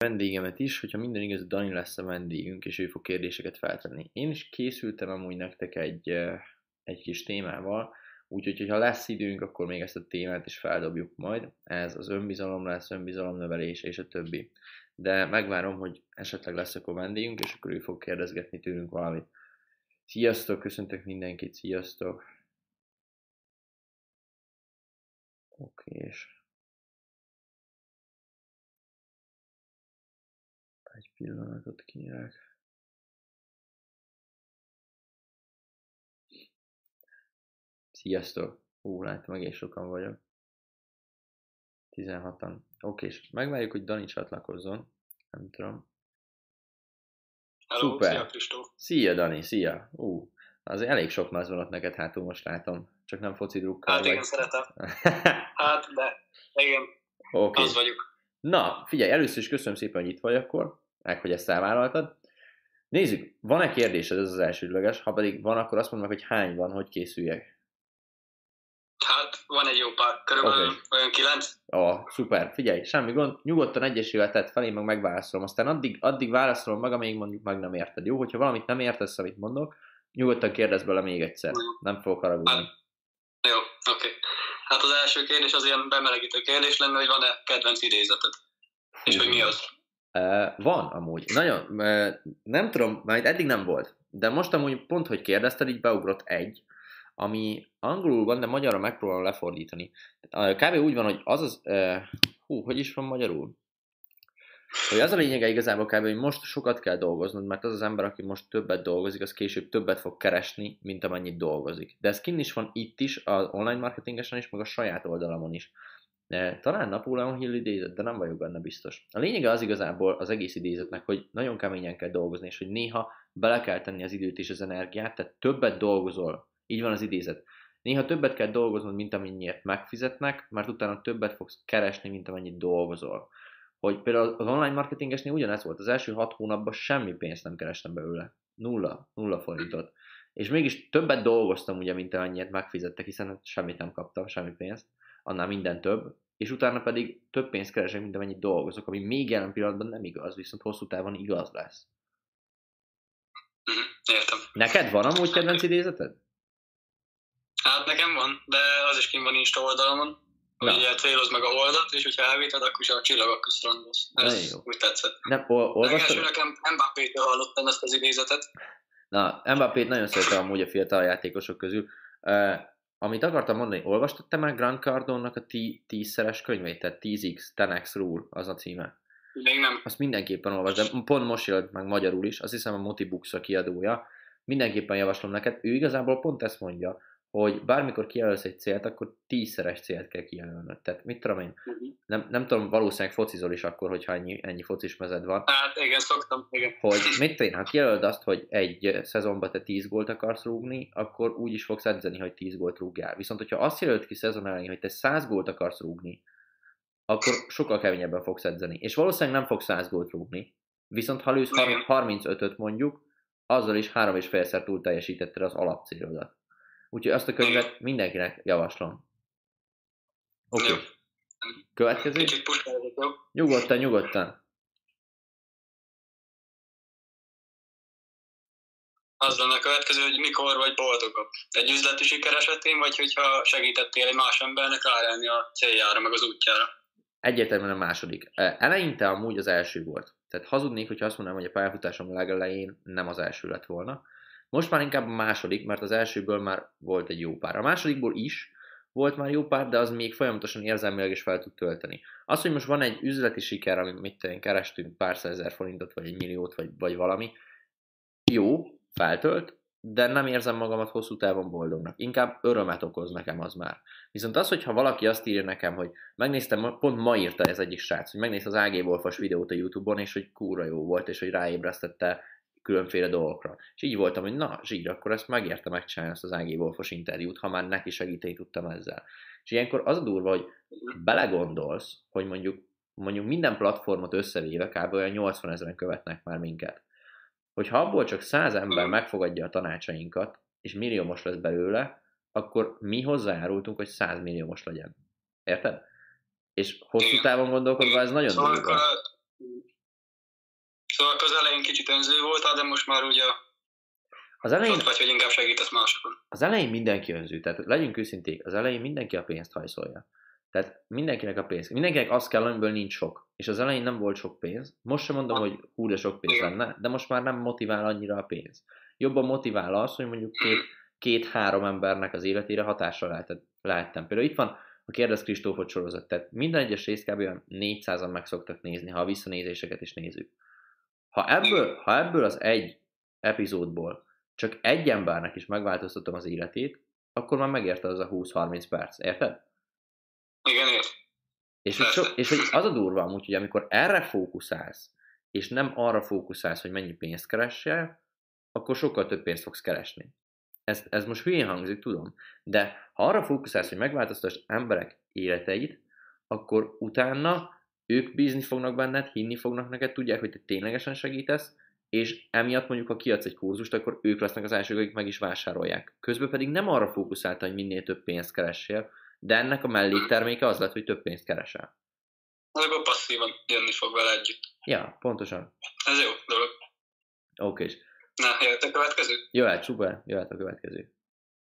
vendégemet is, hogyha minden igaz, Dani lesz a vendégünk, és ő fog kérdéseket feltenni. Én is készültem amúgy nektek egy kis témával, úgyhogy ha lesz időnk, akkor még ezt a témát is feldobjuk majd. Ez az önbizalom lesz, önbizalomnövelés és a többi. De megvárom, hogy esetleg lesz akkor vendégünk, és akkor ő fog kérdezgetni tőlünk valamit. Sziasztok, köszöntök mindenkit, sziasztok! Oké, és egy pillanatot kérek. Sziasztok! Látom, egész sokan vagyok. 16-an. Oké, és megvárjuk, hogy Dani csatlakozzon. Nem tudom. Hello, szuper! Szia Kristóf! Szia Dani, szia! Azért elég sok maz van ott neked hátul, most látom. Csak nem foci drukkal Hát vagy. igen, szeretem. Hát, de igen, Okay. az vagyok. Na, figyelj, először is köszönöm szépen, hogy itt vagy akkor, meg hogy ezt elvállaltad. Nézzük, van-e kérdésed, ez az elsődleges, ha pedig van, akkor azt mondd meg, hogy hány van, hogy készüljek. Hát, van egy jó pár, körülbelül olyan 9. Szuper, figyelj, semmi gond, nyugodtan egyesével tett felé, meg megválaszolom, aztán addig válaszolom meg, amíg mondjuk meg nem érted, jó? Hogyha valamit nem értesz, amit mondok, nyugodtan kérdezz bele még egyszer, nem fogok haragudni. Hát, jó, oké. Hát az első kérdés az ilyen bemelegítő kérdés lenne, hogy van-e kedvenc idézeted? És hogy mi az? Van amúgy. Nagyon, nem tudom, mert eddig nem volt, de most amúgy pont, hogy kérdezted, így beugrott egy, ami angolul van, de magyarra megpróbálom lefordítani. Kb. Úgy van, hogy hogy is van magyarul? Hogy az a lényege igazából kb. Hogy most sokat kell dolgoznod, mert az ember, aki most többet dolgozik, az később többet fog keresni, mint amennyit dolgozik. De ez kinn is van itt is, az online marketingesen is, meg a saját oldalamon is. Talán Napóleon Hill idézet, de nem vagyok benne biztos. A lényege az igazából az egész idézetnek, hogy nagyon keményen kell dolgozni, és hogy néha bele kell tenni az időt és az energiát, tehát többet dolgozol. Így van az idézet. Néha többet kell dolgoznod, mint amennyiért megfizetnek, mert utána többet fogsz keresni, mint amennyit dolgozol. Hogy például az online marketingesnél ugyanez volt. Az első 6 hónapban semmi pénzt nem kerestem belőle. Nulla forintot. És mégis többet dolgoztam ugye, mint amennyiért megfizettek, hiszen semmit nem kaptam, semmi pénzt. Annál minden több. És utána pedig több pénzt keresek, mint amennyit dolgozok, ami még jelen pillanatban nem igaz, viszont hosszú távon igaz lesz. Értem. Neked van amúgy kedvenc idézeted? Hát nekem van, de az is kint van Insta oldalamon, hogy ugye célozd meg a holdat, és hogyha elvéted, akkor is a csillagok közt randolsz. Ez úgy tetszett. Olvastad? Nekem Mbappé-től hallottam ezt az idézetet. Na, Mbappét nagyon szeretem amúgy a fiatal játékosok közül. Amit akartam mondani, olvastad te már Grant Cardone-nak a 10-szeres könyvét, tehát 10x, 10x Rule, az a címe? Még nem. Azt mindenképpen olvasd, de pont most jelent meg magyarul is, azt hiszem a Motibooks a kiadója. Mindenképpen javaslom neked, ő igazából pont ezt mondja, hogy bármikor kijelölsz egy célt, akkor 10-szeres célt kell kijelölnöd. Tehát mit tudom én, nem tudom, valószínűleg focizol is akkor, hogyha ennyi focis mezed van. Hát igen, szoktam, igen. Hogy mit tudom én, ha kijelöled azt, hogy egy szezonban te 10 gólt akarsz rúgni, akkor úgy is fogsz edzeni, hogy 10 gólt rúgjál. Viszont, hogyha azt jelölt ki szezon elején, hogy te 100 gólt akarsz rúgni, akkor sokkal keményebben fogsz edzeni. És valószínűleg nem fogsz 100 gólt rúgni. Viszont ha lősz 35-öt mondjuk, azzal is 3,5-szer túl teljesítetted az alapcélodat. Úgyhogy azt a könyvet mindenkinek javaslom. Oké. Következő? Kicsit puskálok, jó? Nyugodtan. Az lenne a következő, hogy mikor vagy boldogabb. Egy üzleti siker esetén, vagy hogyha segítettél egy más embernek rájárni a céljára, meg az útjára? Egyértelműen a második. Eleinte amúgy az első volt. Tehát hazudnék, hogyha azt mondanám, hogy a pályafutásom legelején nem az első lett volna. Most már inkább a második, mert az elsőből már volt egy jó pár. A másodikból is volt már jó pár, de az még folyamatosan érzelmileg is fel tud tölteni. Az, hogy most van egy üzleti siker, amit kerestünk pár százezer forintot, vagy 1 milliót, vagy valami, jó, feltölt, de nem érzem magamat hosszú távon boldognak. Inkább örömet okoz nekem az már. Viszont az, hogyha valaki azt írja nekem, hogy megnéztem, pont ma írta ez egyik srác, hogy megnézte az AG Wolfos videót a YouTube-on, és hogy kurva jó volt, és hogy ráébresztette különféle dolgokra. És így voltam, hogy na, zsír, akkor ezt megérte megcsinálni ezt az AG Wolfos interjút, ha már neki segíteni tudtam ezzel. És ilyenkor az a durva, hogy belegondolsz, hogy mondjuk minden platformot összevéve kb. Olyan 80 000 követnek már minket. Hogyha abból csak 100 ember megfogadja a tanácsainkat, és milliómos lesz belőle, akkor mi hozzájárultunk, hogy 100 milliómos legyen. Érted? És hosszú távon gondolkodva ez nagyon szóval durva. Szóval az elején kicsit önző voltál, de most már ugye az elején, vagy, hogy inkább segítesz másokon. Az elején mindenki önző, tehát legyünk őszinték, az elején mindenki a pénzt hajszolja. Tehát mindenkinek a pénz. Mindenkinek az kell, amiből nincs sok. És az elején nem volt sok pénz. Most sem mondom, hogy hú, de sok pénz lenne, de most már nem motivál annyira a pénz. Jobban motivál az, hogy mondjuk két-három embernek az életére hatásra lehettem. Például itt van a Kérdez Kristófot sorozat, tehát minden egyes részt kb. 400-an meg szoktak nézni, ha a visszanézéseket is nézzük. Ha ebből az egy epizódból csak egy embernek is megváltoztatom az életét, akkor már megérte az a 20-30 perc, érted? Igen, ért. És hogy az a durva amúgy, hogy amikor erre fókuszálsz, és nem arra fókuszálsz, hogy mennyi pénzt keressél, akkor sokkal több pénzt fogsz keresni. Ez most hülyén hangzik, tudom, de ha arra fókuszálsz, hogy megváltoztass emberek életeit, akkor utána ők bízni fognak benned, hinni fognak neked, tudják, hogy te ténylegesen segítesz, és emiatt mondjuk, ha kiadsz egy kurzust, akkor ők lesznek az elsők, akik meg is vásárolják. Közben pedig nem arra fókuszálta, hogy minél több pénzt keressél, de ennek a mellékterméke az lett, hogy több pénzt keresel. Akkor passzívan jönni fog vele együtt. Ja, pontosan. Ez jó dolog. Oké. Na, jöhet a következő? Jöhet, szuper, jöhet a következő.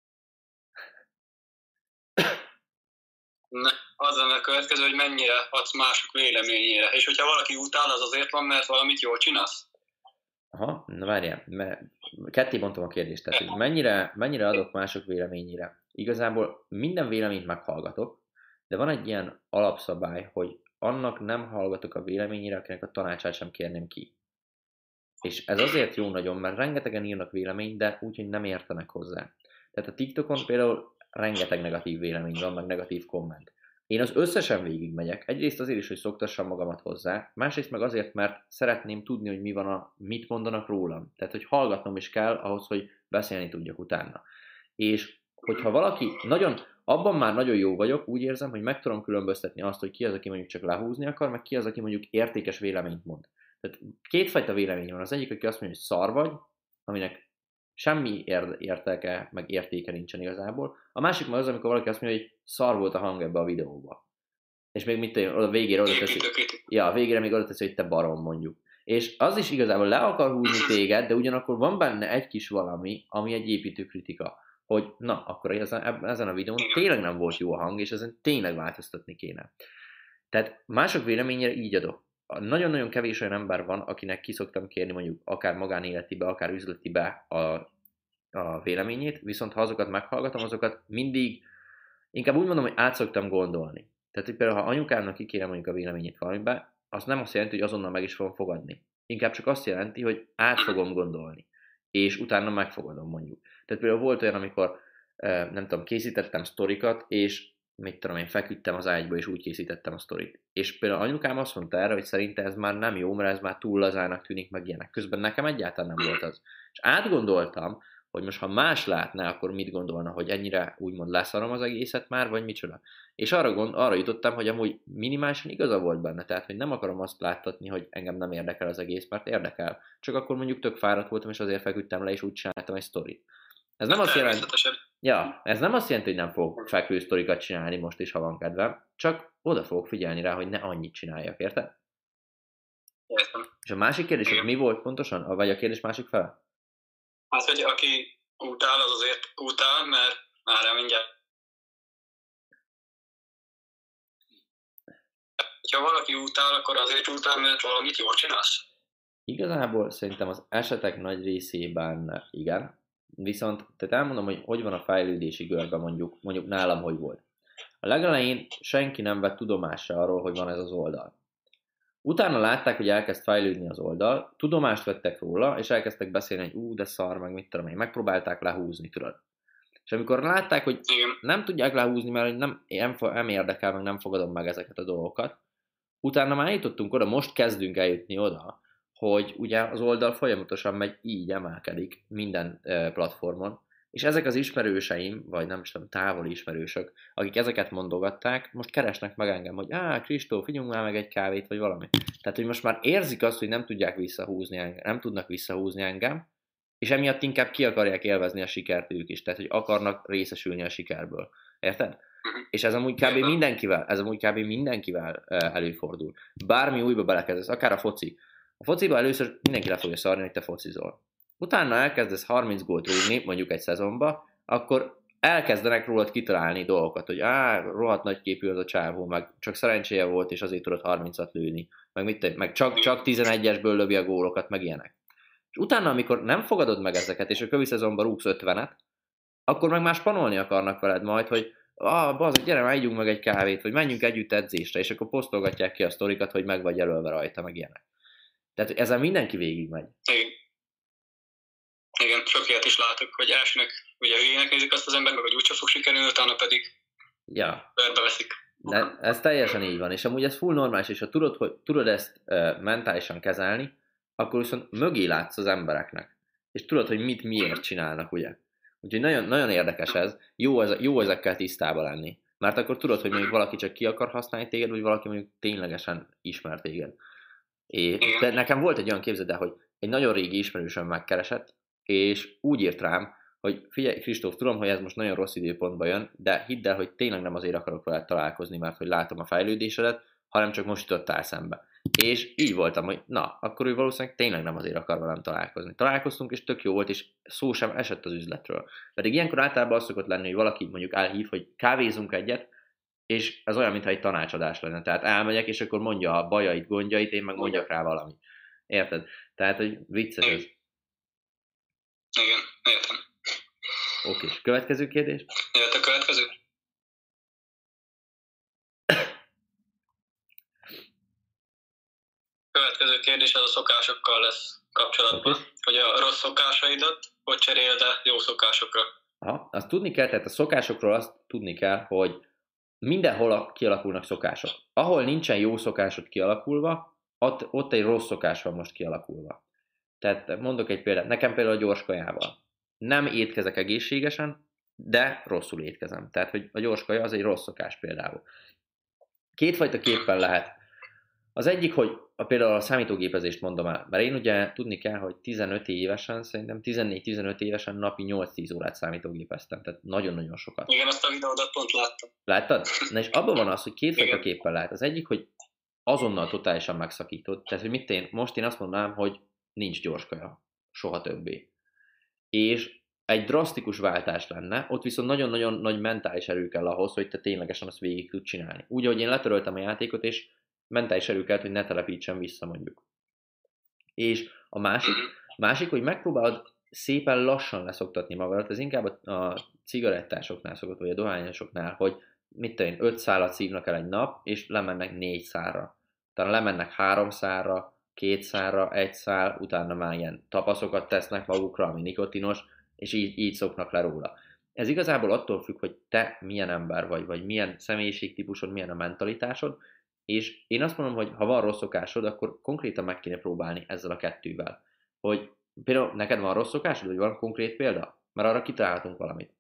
Na, az lenne a következő, hogy mennyire adsz mások véleményére. És hogyha valaki utál, az azért van, mert valamit jól csinálsz? Aha, na várjál, ketté bontom a kérdést, tehát hogy mennyire adok mások véleményére. Igazából minden véleményt meghallgatok, de van egy ilyen alapszabály, hogy annak nem hallgatok a véleményére, akinek a tanácsát sem kérném ki. És ez azért jó nagyon, mert rengetegen írnak véleményt, de úgyhogy nem értenek hozzá. Tehát a TikTokon például rengeteg negatív vélemény van, meg negatív komment. Én az összesen végigmegyek, egyrészt azért is, hogy szoktassam magamat hozzá, másrészt meg azért, mert szeretném tudni, hogy mit mondanak rólam. Tehát, hogy hallgatnom is kell ahhoz, hogy beszélni tudjak utána. És hogyha valaki abban már nagyon jó vagyok, úgy érzem, hogy meg tudom különböztetni azt, hogy ki az, aki mondjuk csak lehúzni akar, meg ki az, aki mondjuk értékes véleményt mond. Tehát kétfajta vélemény van. Az egyik, aki azt mondja, hogy szar vagy, aminek semmi értéke, meg értéke nincsen igazából. A másik meg az, amikor valaki azt mondja, hogy szar volt a hang ebbe a videóba. És még a végére oda teszi, a végére még oda teszi, hogy te barom mondjuk. És az is igazából le akar húzni téged, de ugyanakkor van benne egy kis valami, ami egy építőkritika, hogy na, akkor ezen a videón tényleg nem volt jó a hang, és ezen tényleg változtatni kéne. Tehát mások véleményére így adok. Nagyon-nagyon kevés olyan ember van, akinek ki szoktam kérni mondjuk akár magánéletibe, akár üzletibe a véleményét, viszont ha azokat meghallgatom, azokat mindig, inkább úgy mondom, hogy át szoktam gondolni. Tehát, hogy például ha anyukámnak kikérem mondjuk a véleményét valamibe, az nem azt jelenti, hogy azonnal meg is fogom fogadni. Inkább csak azt jelenti, hogy át fogom gondolni. És utána megfogadom mondjuk. Tehát például volt olyan, amikor nem tudom, készítettem sztorikat, és mit tudom én, feküdtem az ágyba, és úgy készítettem a sztorit. És például anyukám azt mondta erre, hogy szerinte ez már nem jó, mert ez már túl lazának tűnik, meg ilyenek. Közben nekem egyáltalán nem volt az. És átgondoltam, hogy most ha más látná, akkor mit gondolna, hogy ennyire úgymond leszarom az egészet már, vagy micsoda. És arra jutottam, hogy amúgy minimálisan igaza volt benne, tehát hogy nem akarom azt láttatni, hogy engem nem érdekel az egész, mert érdekel. Csak akkor mondjuk tök fáradt voltam, és azért feküdtem le, és úgy csináltam egy sztorit. Ez nem azt jelenti, ez nem azt jelenti, hogy nem fogok fekvő sztorikat csinálni most is, ha van kedvem, csak oda fogok figyelni rá, hogy ne annyit csináljak, érted? Értem. És a másik kérdés, hogy mi volt pontosan? Vagy a kérdés másik fele? Hát, hogy aki utál, az azért utál, mert már mindjárt. Ha valaki utál, akkor azért utál, mert valamit jól csinálsz. Igazából szerintem az esetek nagy részében igen. Viszont, tehát elmondom, hogy van a fejlődési görbe mondjuk nálam hogy volt. A legelején senki nem vett tudomásra arról, hogy van ez az oldal. Utána látták, hogy elkezd fejlődni az oldal, tudomást vettek róla, és elkezdtek beszélni, hogy de szar, meg mit tudom én, megpróbálták lehúzni, tudod. És amikor látták, hogy nem tudják lehúzni, mert nem érdekel, meg nem fogadom meg ezeket a dolgokat, utána már jutottunk oda, most kezdünk eljutni oda, hogy ugye az oldal folyamatosan megy, így emelkedik minden platformon, és ezek az ismerőseim, vagy nem is tudom, távoli ismerősök, akik ezeket mondogatták, most keresnek meg engem, hogy Kristóf, figyelj már meg egy kávét, vagy valami. Tehát, hogy most már érzik azt, hogy nem tudják visszahúzni engem, nem tudnak visszahúzni engem, és emiatt inkább ki akarják élvezni a sikert ők is, tehát, hogy akarnak részesülni a sikerből. Érted? És ez amúgy kb. mindenkivel előfordul. Bármi újba belekezdesz, akár a foci. A fociban először mindenki le fogja szarni, hogy te focizol. Utána elkezdesz 30 gólt rúgni, mondjuk egy szezonba, akkor elkezdenek rólad kitalálni dolgokat, hogy rohadt nagy képű az a csávó, meg csak szerencséje volt, és azért tudott 30-at lőni, meg csak 11-esből lövi a gólokat, meg ilyenek. És utána, amikor nem fogadod meg ezeket, és a kövi szezonban rúgsz 50-et, akkor meg már spanolni akarnak veled majd, hogy bazd, gyere, már ígyunk meg egy kávét, vagy menjünk együtt edzésre, és akkor posztolgatják ki a sztorikat, hogy meg vagy jelölve rajta, meg ilyenek. Tehát ezen mindenki végigmegy. Igen, sok ilyet is látok, hogy elsőnek ugye hülyének nézik azt az ember, meg hogy úgyse fog sikerülni, utána pedig verbe veszik. De ez teljesen így van, és amúgy ez full normális, és ha tudod ezt mentálisan kezelni, akkor viszont mögé látsz az embereknek, és tudod, hogy mit miért csinálnak, ugye. Úgyhogy nagyon, nagyon érdekes ez, jó ezekkel tisztában lenni, mert akkor tudod, hogy mondjuk valaki csak ki akar használni téged, vagy valaki mondjuk ténylegesen ismer téged. De nekem volt egy olyan képzeld, hogy egy nagyon régi ismerősöm megkeresett, és úgy írt rám, hogy figyelj Kristóf, tudom, hogy ez most nagyon rossz időpontban jön, de hidd el, hogy tényleg nem azért akarok veled találkozni, mert hogy látom a fejlődésedet, hanem csak most jutottál szembe. És így voltam, hogy na, akkor ő valószínűleg tényleg nem azért akar velem találkozni. Találkoztunk, és tök jó volt, és szó sem esett az üzletről. Pedig ilyenkor általában az szokott lenni, hogy valaki mondjuk elhív, hogy kávézunk egyet, és ez olyan, mintha egy tanácsadás lenne. Tehát elmegyek, és akkor mondja a bajait, gondjait, én meg mondjak rá valamit. Érted? Tehát, hogy vicces ez. Igen, értem. Oké, következő kérdés? Jöhet a következő? Következő kérdés az a szokásokkal lesz kapcsolatban. Hogy a rossz szokásaidat hogy cseréled jó szokásokra? Azt tudni kell, tehát a szokásokról azt tudni kell, hogy mindenhol kialakulnak szokások. Ahol nincsen jó szokásod kialakulva, ott egy rossz szokás van most kialakulva. Tehát mondok egy példát, nekem például a gyors kajával. Nem étkezek egészségesen, de rosszul étkezem. Tehát, hogy a gyors kaja az egy rossz szokás például. Kétfajta képpen lehet. Az egyik, hogy például a számítógépezést mondom el, mert én ugye tudni kell, hogy 15 évesen, szerintem 14-15 évesen napi 8-10 órát számítógépeztem, tehát nagyon-nagyon sokat. Igen, azt a videódat pont láttam. Láttad? Na és abban van az, hogy kétfajta képpen lehet. Az egyik, hogy azonnal totálisan megszakítod, tehát hogy most én azt mondanám, hogy nincs gyors kaja, soha többé. És egy drasztikus váltás lenne, ott viszont nagyon-nagyon nagy mentális erő kell ahhoz, hogy te ténylegesen azt végig tud csinálni. Úgy, ahogy én letöröltem a játékot, és mentális erő kellett, hogy ne telepítsen vissza mondjuk. És a másik, hogy megpróbálod szépen lassan leszoktatni magadat, ez inkább a cigarettásoknál szokott, vagy a dohányosoknál, hogy 5 szálat szívnak el egy nap, és lemennek 4 szálra. Utána lemennek 3 szálra, 2 szálra, 1 szál, utána már ilyen tapaszokat tesznek magukra, ami nikotinos, és így szoknak le róla. Ez igazából attól függ, hogy te milyen ember vagy milyen személyiségtípusod, milyen a mentalitásod, és én azt mondom, hogy ha van rossz szokásod, akkor konkrétan meg kéne próbálni ezzel a kettővel. Hogy például neked van rossz szokásod, vagy van konkrét példa? Mert arra kitalálhatunk valamit.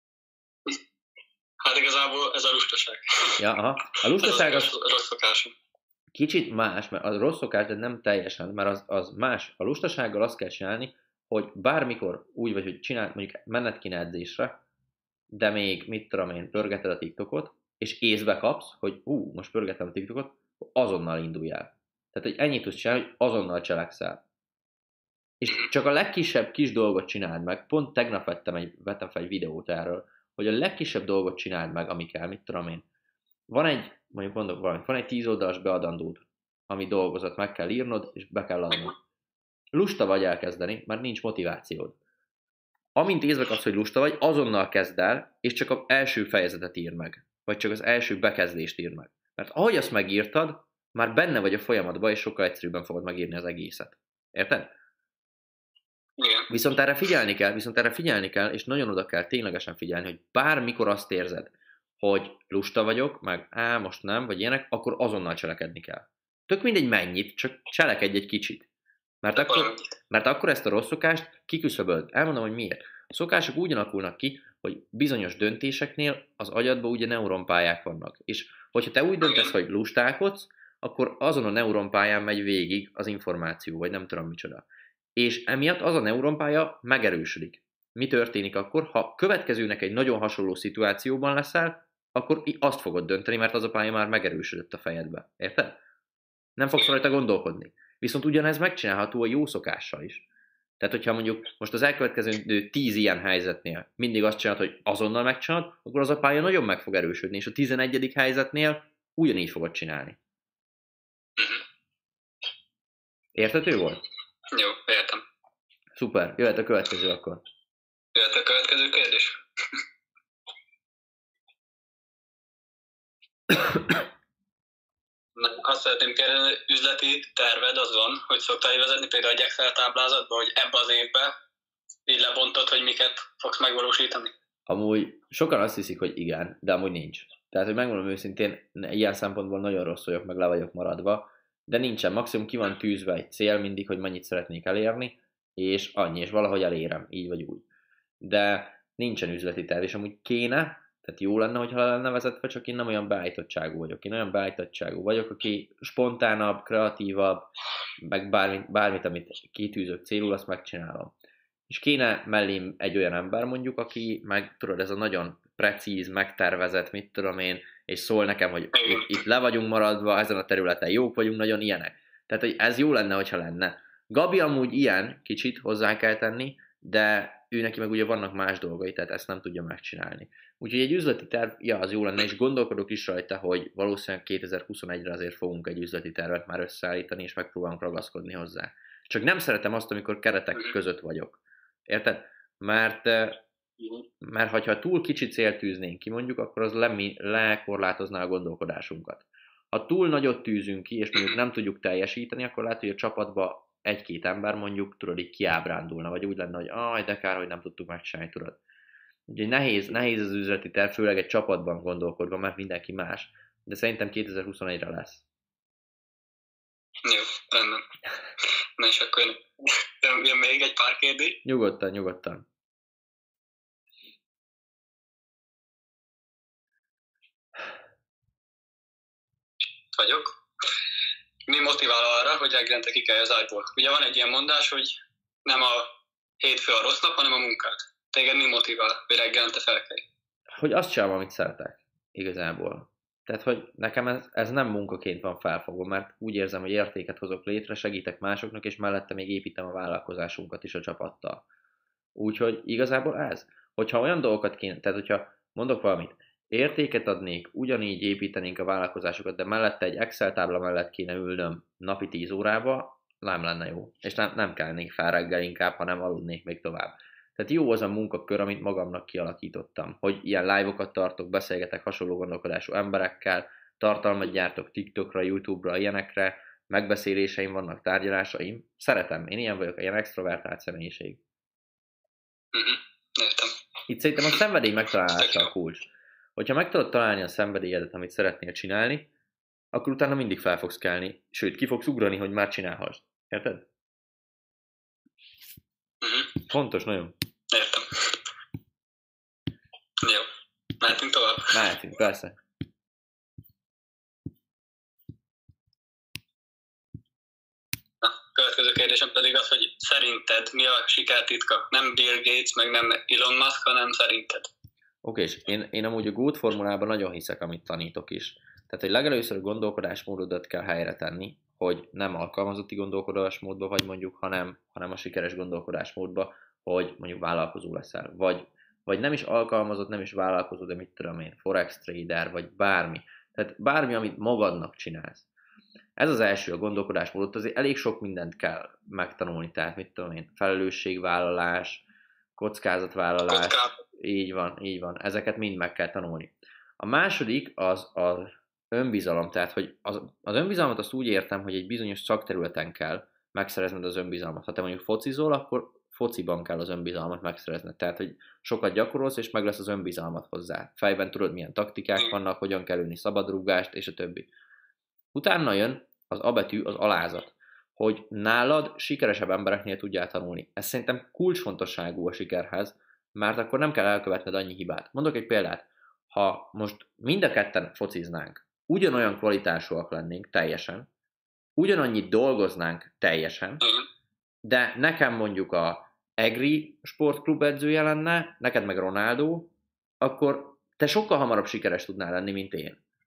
Hát igazából ez a lustaság. Ja, aha. A lustaság az rossz szokásom. Kicsit más, mert az rossz szokás, de nem teljesen, mert az más. A lustasággal azt kell csinálni, hogy bármikor úgy vagy, hogy mondjuk menned kéne edzésre, de még, mit tudom én, pörgeted a TikTokot, és észbe kapsz, hogy most pörgetem a TikTokot, azonnal induljál. Tehát, hogy ennyit tudsz csinálni, hogy azonnal cselekszel. És csak a legkisebb kis dolgot csináld meg, pont tegnap vettem fel egy videót erről, hogy a legkisebb dolgot csináld meg, ami kell, mit tudom én. Van egy 10 oldalas beadandód, ami dolgozat, meg kell írnod, és be kell adnod. Lusta vagy elkezdeni, mert nincs motivációd. Amint észbe kapsz, hogy lusta vagy, azonnal kezd el, és csak az első fejezetet ír meg. Vagy csak az első bekezdést ír meg. Mert ahogy azt megírtad, már benne vagy a folyamatban, és sokkal egyszerűbben fogod megírni az egészet. Érted? Igen. Viszont erre figyelni kell, és nagyon oda kell ténylegesen figyelni, hogy bármikor azt érzed, hogy lusta vagyok, meg most nem, vagy ilyenek, akkor azonnal cselekedni kell. Tök mindegy mennyit, csak cselekedj egy kicsit. Mert akkor ezt a rossz szokást kiküszöböld. Elmondom, hogy miért. A szokások úgy alakulnak ki, hogy bizonyos döntéseknél az agyadban ugye neuronpályák vannak. És hogyha te úgy döntesz, hogy lustálkodsz, akkor azon a neuronpályán megy végig az információ, vagy nem tudom micsoda. És emiatt az a neuronpálya megerősödik. Mi történik akkor? Ha következőnek egy nagyon hasonló szituációban leszel, akkor azt fogod dönteni, mert az a pálya már megerősödött a fejedbe. Érted? Nem fogsz rajta gondolkodni. Viszont ugyanez megcsinálható a jó szokással is. Tehát, hogyha mondjuk most az elkövetkező 10 ilyen helyzetnél mindig azt csinálod, hogy azonnal megcsinálod, akkor az a pálya nagyon meg fog erősödni, és a 11. helyzetnél ugyanígy fogod csinálni. Érthető volt? Jó, értem. Szuper, jöhet a következő akkor. Jöhet a következő kérdés. Azt szeretném kérdezni, üzleti terved az van, hogy szoktál vezetni például egy Excel táblázatba, hogy ebbe az évben így lebontod, hogy miket fogsz megvalósítani? Amúgy sokan azt hiszik, hogy igen, de amúgy nincs. Tehát, hogy megmondom őszintén, ilyen szempontból nagyon rossz vagyok, meg le vagyok maradva, de nincsen. Maximum ki van tűzve egy cél mindig, hogy mennyit szeretnék elérni, és annyi, és valahogy elérem, így vagy úgy. De nincsen üzleti terv, és amúgy kéne, tehát jó lenne, hogyha lenne vezetve, csak én nem olyan beállítottságú vagyok. Én olyan beállítottságú vagyok, aki spontánabb, kreatívabb, meg bármit, amit kitűzök célul, azt megcsinálom. És kéne mellém egy olyan ember mondjuk, aki meg, tudod, ez a nagyon precíz, megtervezett, mit tudom én, és szól nekem, hogy itt le vagyunk maradva, ezen a területen jók vagyunk, nagyon ilyenek. Tehát, hogy ez jó lenne, hogyha lenne. Gabi amúgy ilyen, kicsit hozzá kell tenni, de ő neki meg ugye vannak más dolgai, tehát ezt nem tudja megcsinálni. Úgyhogy egy üzleti terv, ja, az jó lenne, és gondolkodok is rajta, hogy valószínűleg 2021-re azért fogunk egy üzleti tervet már összeállítani, és megpróbálunk ragaszkodni hozzá. Csak nem szeretem azt, amikor keretek között vagyok. Érted? Mert ha túl kicsi célt tűznénk ki, mondjuk, akkor az lekorlátozná a gondolkodásunkat. Ha túl nagyot tűzünk ki, és mondjuk nem tudjuk teljesíteni, akkor lehet, hogy a csapatba egy-két ember mondjuk, tudod, így kiábrándulna, vagy úgy lenne, hogy de kár, hogy nem tudtuk megcsinálni, tudod. Úgyhogy nehéz az üzleti terv, főleg egy csapatban gondolkodva, mert mindenki más, de szerintem 2021-re lesz. Jó, rendben. Na és akkor jön még egy pár kérdés? Nyugodtan. Vagyok. Mi motivál arra, hogy reggelente kikelj az ágyból? Ugye van egy ilyen mondás, hogy nem a hétfő a rossz nap, hanem a munkát. Téged mi motivál, hogy reggelente felkelj? Hogy azt csinálom, amit szeretek, igazából. Tehát, hogy nekem ez nem munkaként van felfogva, mert úgy érzem, hogy értéket hozok létre, segítek másoknak, és mellette még építem a vállalkozásunkat is a csapattal. Úgyhogy igazából ez. Hogyha olyan dolgokat kéne, tehát hogyha mondok valamit, értéket adnék, ugyanígy építenénk a vállalkozásokat, de mellette egy Excel tábla mellett kéne ülnöm napi 10 órába, nem lenne jó. És nem kellene fel reggel inkább, hanem aludnék még tovább. Tehát jó az a munkakör, amit magamnak kialakítottam, hogy ilyen live-okat tartok, beszélgetek hasonló gondolkodású emberekkel, tartalmat gyártok TikTokra, YouTube-ra, ilyenekre, megbeszéléseim vannak, tárgyalásaim. Szeretem, én ilyen vagyok, ilyen extrovertált személyiség. Értem. Itt szerintem a szenvedély megtalálása a kulcs. Hogyha meg tudod találni a szenvedélyedet, amit szeretnél csinálni, akkor utána mindig fel fogsz kelni, sőt, ki fogsz ugrani, hogy már csinálhassd. Érted? Fontos, nagyon. Értem. Jó. Mehetünk tovább? Mehetünk, persze. Következő kérdésem pedig az, hogy szerinted mi a sikertitka? Nem Bill Gates, meg nem Elon Musk, hanem szerinted? Oké, és én amúgy a GOAT formulában nagyon hiszek, amit tanítok is. Tehát, hogy legelőször a gondolkodásmódodat kell helyre tenni, hogy nem alkalmazotti gondolkodásmódba vagy mondjuk, hanem a sikeres gondolkodásmódba, hogy mondjuk vállalkozó leszel. Vagy nem is alkalmazott, nem is vállalkozó, de mit tudom én, forex trader, vagy bármi. Tehát bármi, amit magadnak csinálsz. Ez az első, a gondolkodásmódot, azért elég sok mindent kell megtanulni, tehát mit tudom én, felelősségvállalás, kockázatvállalás, így van, ezeket mind meg kell tanulni. A második az önbizalom, tehát hogy az önbizalmat azt úgy értem, hogy egy bizonyos szakterületen kell megszerezned az önbizalmat. Ha te mondjuk focizol, akkor fociban kell az önbizalmat megszerezned. Tehát, hogy sokat gyakorolsz, és meg lesz az önbizalmat hozzá. Fejben tudod, milyen taktikák vannak, hogyan kell ülni szabadrúgást, és a többi. Utána jön az A betű, az alázat, hogy nálad sikeresebb embereknél tudjál tanulni. Ez szerintem kulcsfontosságú a sikerhez, mert akkor nem kell elkövetned annyi hibát. Mondok egy példát. Ha most mind a ketten fociznánk, ugyanolyan kvalitásúak lennénk teljesen, ugyanannyit dolgoznánk teljesen, de nekem mondjuk a Egri sportklub edzője lenne, neked meg Ronaldo, akkor te sokkal hamarabb sikeres tudnál lenni, mint én.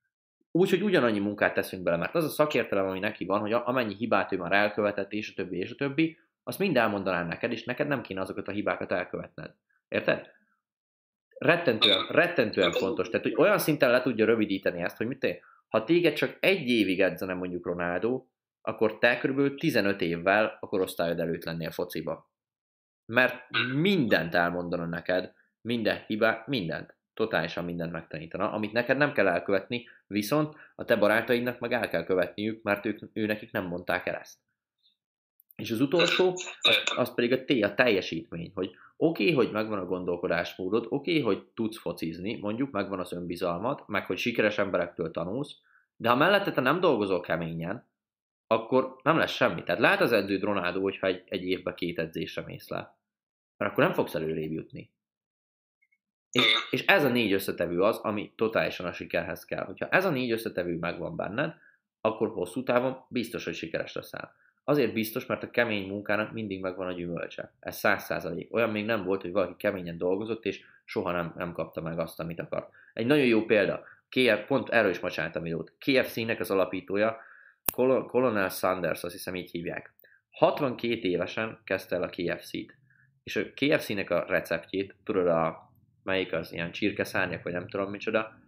úgy, hogy ugyanannyi munkát teszünk bele, mert az a szakértelem, ami neki van, hogy amennyi hibát ő már elkövetett, és a többi, azt mind elmondanám neked, és neked nem kéne azokat a hibákat elkövetned. Érted? Rettentően fontos. Tehát, hogy olyan szinten le tudja rövidíteni ezt, hogy ha téged csak egy évig edzene mondjuk Ronaldo, akkor te kb. 15 évvel a korosztályod előtt lennél fociba. Mert mindent elmondana neked, minden hiba, mindent. Totálisan mindent megtanítana, amit neked nem kell elkövetni, viszont a te barátaidnak meg el kell követniük, mert ő nekik nem mondták el ezt. És az utolsó, az pedig a teljesítmény, hogy oké, hogy megvan a gondolkodásmódod, oké, hogy tudsz focizni, mondjuk megvan az önbizalmad, meg hogy sikeres emberektől tanulsz, de ha mellette te nem dolgozol keményen, akkor nem lesz semmi. Tehát lát az edződ Ronaldo, hogyha egy évben 2 edzésre mész le, mert akkor nem fogsz előrébb jutni. És ez a 4 összetevő az, ami totálisan a sikerhez kell. Hogyha ez a 4 összetevő megvan benned, akkor hosszú távon biztos, hogy sikeres leszel. Azért biztos, mert a kemény munkának mindig megvan a gyümölcse. Ez 100%. Olyan még nem volt, hogy valaki keményen dolgozott, és soha nem kapta meg azt, amit akart. Egy nagyon jó példa, pont erről is ma csináltam videót. KFC-nek az alapítója, Colonel Sanders, azt hiszem így hívják. 62 évesen kezdte el a KFC-t. És a KFC-nek a receptjét, tudod, melyik az ilyen csirkeszárnyak, vagy nem tudom micsoda,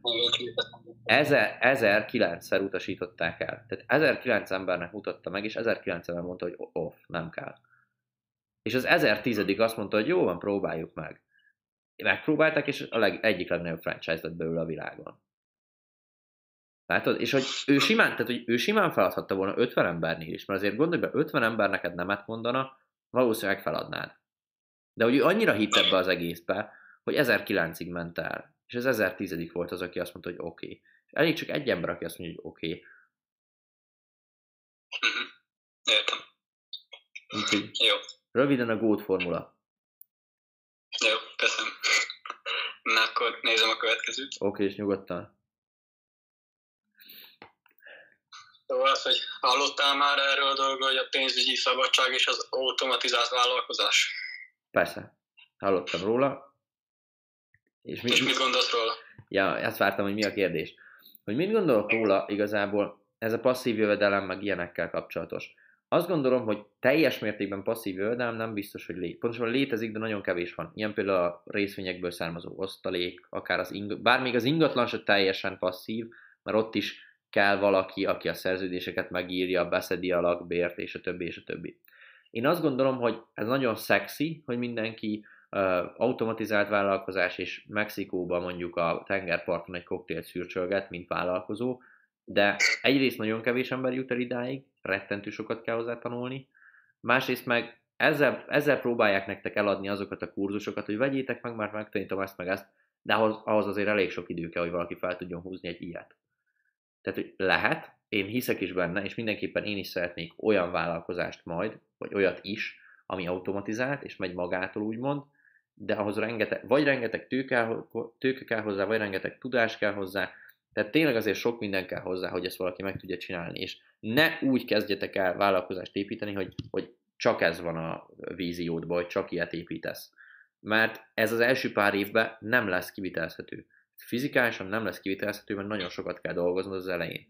1009-szer utasították el. Tehát 1009 embernek mutatta meg, és 1009 ember mondta, hogy nem kell. És az 1010 azt mondta, hogy jó van, próbáljuk meg. Megpróbálták, és egyik legnagyobb franchise lett belőle a világon. Látod? És hogy ő simán feladhatta volna 50 embernél is, mert azért gondolj be, 50 ember neked nemet mondana, valószínűleg feladnád. De hogy ő annyira hitt ebbe az egészbe, hogy 1009-ig ment el. És az 1010 volt az, aki azt mondta, hogy oké. Elég csak egy ember, aki azt mondja, hogy oké. Értem. Úgyhogy jó. Röviden a GOAT formula. Jó, köszönöm. Na, akkor nézem a következőt. Oké, és nyugodtan. Szóval az, hogy hallottál már erről a dologról, hogy a pénzügyi szabadság és az automatizált vállalkozás? Persze. Hallottam róla. És mit gondolsz róla? Ja, ezt vártam, hogy mi a kérdés. Hogy mit gondolok róla igazából, ez a passzív jövedelem meg ilyenekkel kapcsolatos. Azt gondolom, hogy teljes mértékben passzív jövedelem nem biztos, hogy pontosan létezik, de nagyon kevés van. Ilyen például a részvényekből származó osztalék, akár bár még az ingatlan se teljesen passzív, mert ott is kell valaki, aki a szerződéseket megírja, beszedi a lakbért, és a többi, és a többi. Én azt gondolom, hogy ez nagyon szexi, hogy mindenki automatizált vállalkozás, és Mexikóban mondjuk a tengerparton egy koktélt szürcsölget, mint vállalkozó, de egyrészt nagyon kevés ember jut el idáig, rettentő sokat kell hozzá tanulni, másrészt meg ezzel próbálják nektek eladni azokat a kurzusokat, hogy vegyétek meg, már megtanítom ezt meg ezt, de ahhoz azért elég sok idő kell, hogy valaki fel tudjon húzni egy ilyet. Tehát, hogy lehet, én hiszek is benne, és mindenképpen én is szeretnék olyan vállalkozást majd, vagy olyat is, ami automatizált, és megy magától úgymond, de ahhoz rengeteg tőke kell hozzá, vagy rengeteg tudás kell hozzá, tehát tényleg azért sok minden kell hozzá, hogy ezt valaki meg tudja csinálni, és ne úgy kezdjetek el vállalkozást építeni, hogy csak ez van a víziódban, hogy csak ilyet építesz. Mert ez az első pár évben nem lesz kivitelezhető. Fizikálisan nem lesz kivitelezhető, mert nagyon sokat kell dolgoznod az elején.